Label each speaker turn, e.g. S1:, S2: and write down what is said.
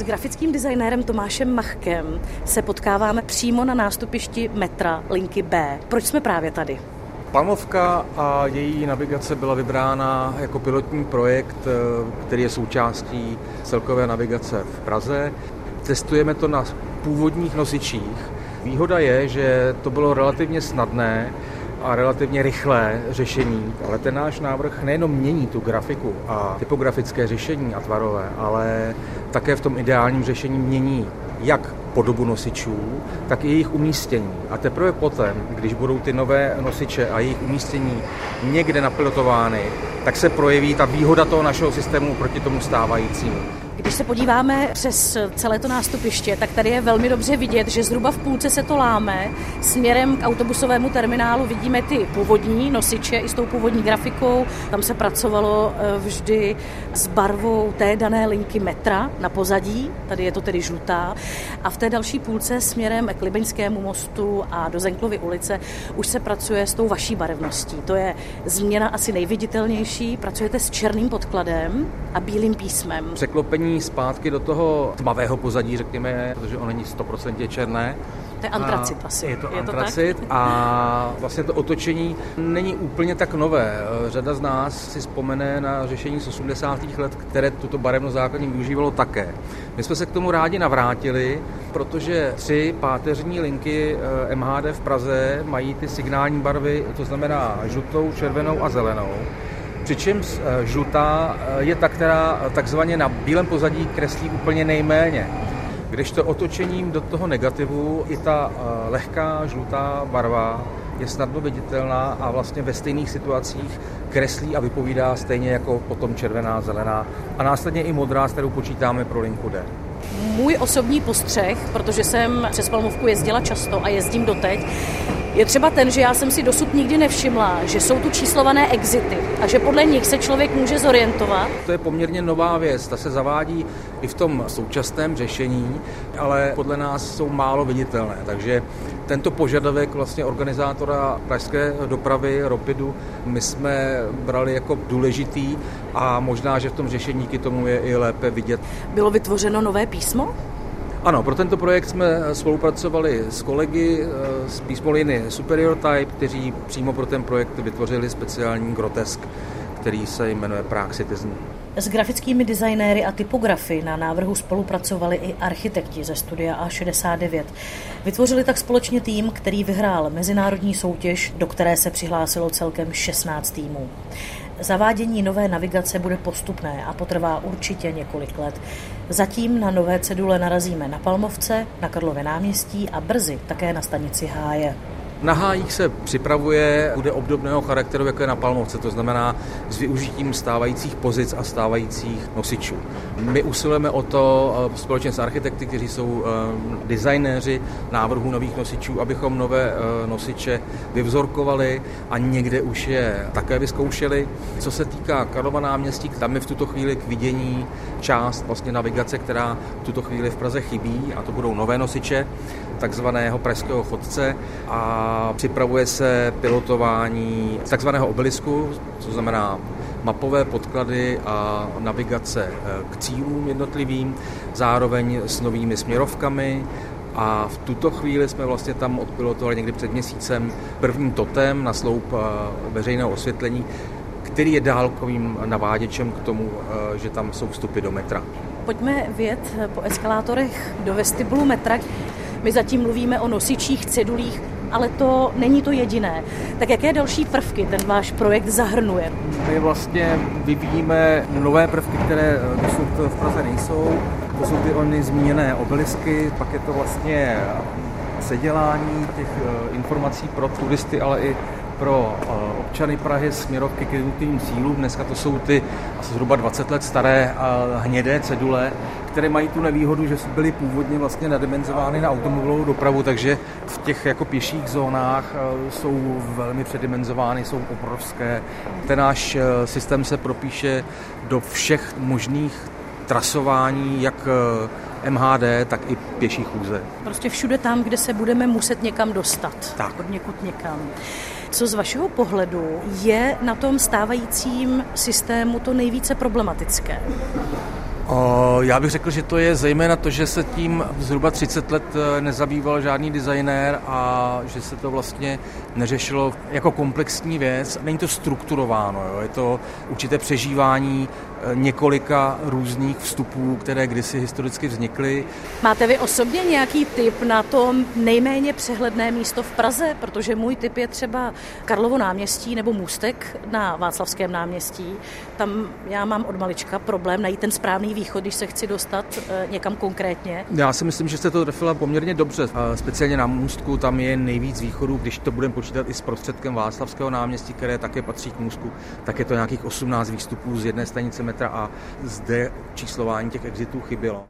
S1: grafickým designérem Tomášem Machkem se potkáváme přímo na nástupišti metra linky B. Proč jsme právě tady?
S2: Palmovka a její navigace byla vybrána jako pilotní projekt, který je součástí celkové navigace v Praze. Testujeme to na původních nosičích. Výhoda je, že to bylo relativně snadné a relativně rychlé řešení, ale ten náš návrh nejenom mění tu grafiku a typografické řešení a tvarové, ale také v tom ideálním řešení mění jak podobu nosičů, tak i jejich umístění. A teprve potom, když budou ty nové nosiče a jejich umístění někde napilotovány, tak se projeví ta výhoda toho našeho systému proti tomu stávajícímu.
S1: Když se podíváme přes celé to nástupiště, tak tady je velmi dobře vidět, že zhruba v půlce se to láme. Směrem k autobusovému terminálu vidíme ty původní nosiče i s tou původní grafikou. Tam se pracovalo vždy s barvou té dané linky metra na pozadí. Tady je to tedy žlutá. A v té další půlce směrem k Libeňskému mostu a do Zenklovy ulice už se pracuje s tou vaší barevností. To je změna asi nejviditelnější. Pracujete s černým podkladem a bílým písmem.
S2: Překlopení zpátky do toho tmavého pozadí, řekněme, protože ono není 100% černé.
S1: To je antracit asi.
S2: Je to antracit a vlastně to otočení není úplně tak nové. Řada z nás si vzpomene na řešení z 80. let, které tuto barevnost základní využívalo také. My jsme se k tomu rádi navrátili, protože 3 páteřní linky MHD v Praze mají ty signální barvy, to znamená žlutou, červenou a zelenou. Přičemž žlutá je ta, která takzvaně na bílém pozadí kreslí úplně nejméně. Kdežto otočením do toho negativu i ta lehká žlutá barva je snadno viditelná a vlastně ve stejných situacích kreslí a vypovídá stejně jako potom červená, zelená a následně i modrá, s kterou počítáme pro linku D.
S1: Můj osobní postřeh, protože jsem přes Palmovku jezdila často a jezdím doteď, je třeba ten, že já jsem si dosud nikdy nevšimla, že jsou tu číslované exity a že podle nich se člověk může zorientovat.
S2: To je poměrně nová věc, ta se zavádí i v tom současném řešení, ale podle nás jsou málo viditelné, takže tento požadavek vlastně organizátora pražské dopravy Ropidu my jsme brali jako důležitý a možná, že v tom řešení díky tomu je i lépe vidět.
S1: Bylo vytvořeno nové písmo?
S2: Ano, pro tento projekt jsme spolupracovali s kolegy z písmoliny Superior Type, kteří přímo pro ten projekt vytvořili speciální grotesk, který se jmenuje Prague Citizen.
S1: S grafickými designéry a typografy na návrhu spolupracovali i architekti ze studia A69. Vytvořili tak společně tým, který vyhrál mezinárodní soutěž, do které se přihlásilo celkem 16 týmů. Zavádění nové navigace bude postupné a potrvá určitě několik let. Zatím na nové cedule narazíme na Palmovce, na Karlově náměstí a brzy také na stanici Háje.
S2: Na hájích se připravuje, bude obdobného charakteru, jako je na Palmovce, to znamená s využitím stávajících pozic a stávajících nosičů. My usilujeme o to společně s architekty, kteří jsou designéři návrhů nových nosičů, abychom nové nosiče vyvzorkovali a někde už je také vyzkoušeli. Co se týká Karlova náměstí, tam je v tuto chvíli k vidění část vlastně navigace, která v tuto chvíli v Praze chybí, a to budou nové nosiče takzvaného pražského chodce a připravuje se pilotování takzvaného obelisku, co znamená mapové podklady a navigace k cílům jednotlivým, zároveň s novými směrovkami. A v tuto chvíli jsme vlastně tam odpilotovali někdy před měsícem první totem na sloup veřejného osvětlení, který je dálkovým naváděčem k tomu, že tam jsou vstupy do metra.
S1: Pojďme vjet po eskalátorech do vestibulu metra. My zatím mluvíme o nosičích, cedulích, ale to není to jediné. Tak jaké další prvky ten váš projekt zahrnuje?
S2: My vlastně vyvíjíme nové prvky, které dosud v Praze nejsou. To jsou ty ony zmíněné obelisky, pak je to vlastně předělání těch informací pro turisty, ale i pro občany Prahy směrovky k jednotlivým cílům. Dneska to jsou ty asi zhruba 20 let staré hnědé cedule, které mají tu nevýhodu, že byly původně vlastně nadimenzovány na automobilovou dopravu, takže v těch jako pěších zónách jsou velmi předimenzovány, jsou obrovské. Ten náš systém se propíše do všech možných trasování, jak MHD, tak i pěších chůze.
S1: Prostě všude tam, kde se budeme muset někam dostat.
S2: Tak.
S1: Od někud někam. Co z vašeho pohledu je na tom stávajícím systému to nejvíce problematické?
S2: Já bych řekl, že to je zejména to, že se tím zhruba 30 let nezabýval žádný designér a že se to vlastně neřešilo jako komplexní věc. Není to strukturováno, jo? Je to určité přežívání několika různých vstupů, které kdysi historicky vznikly.
S1: Máte vy osobně nějaký tip na to nejméně přehledné místo v Praze? Protože můj tip je třeba Karlovo náměstí nebo Můstek na Václavském náměstí. Tam já mám od malička problém najít ten správný východ, když se chci dostat někam konkrétně.
S2: Já si myslím, že jste to trefila poměrně dobře. Speciálně na Můstku tam je nejvíc východů, když to budeme počítat i s prostředkem Václavského náměstí, které také patří k Můstku, tak je to nějakých 18 výstupů z jedné stanice metra a zde číslování těch exitů chybělo.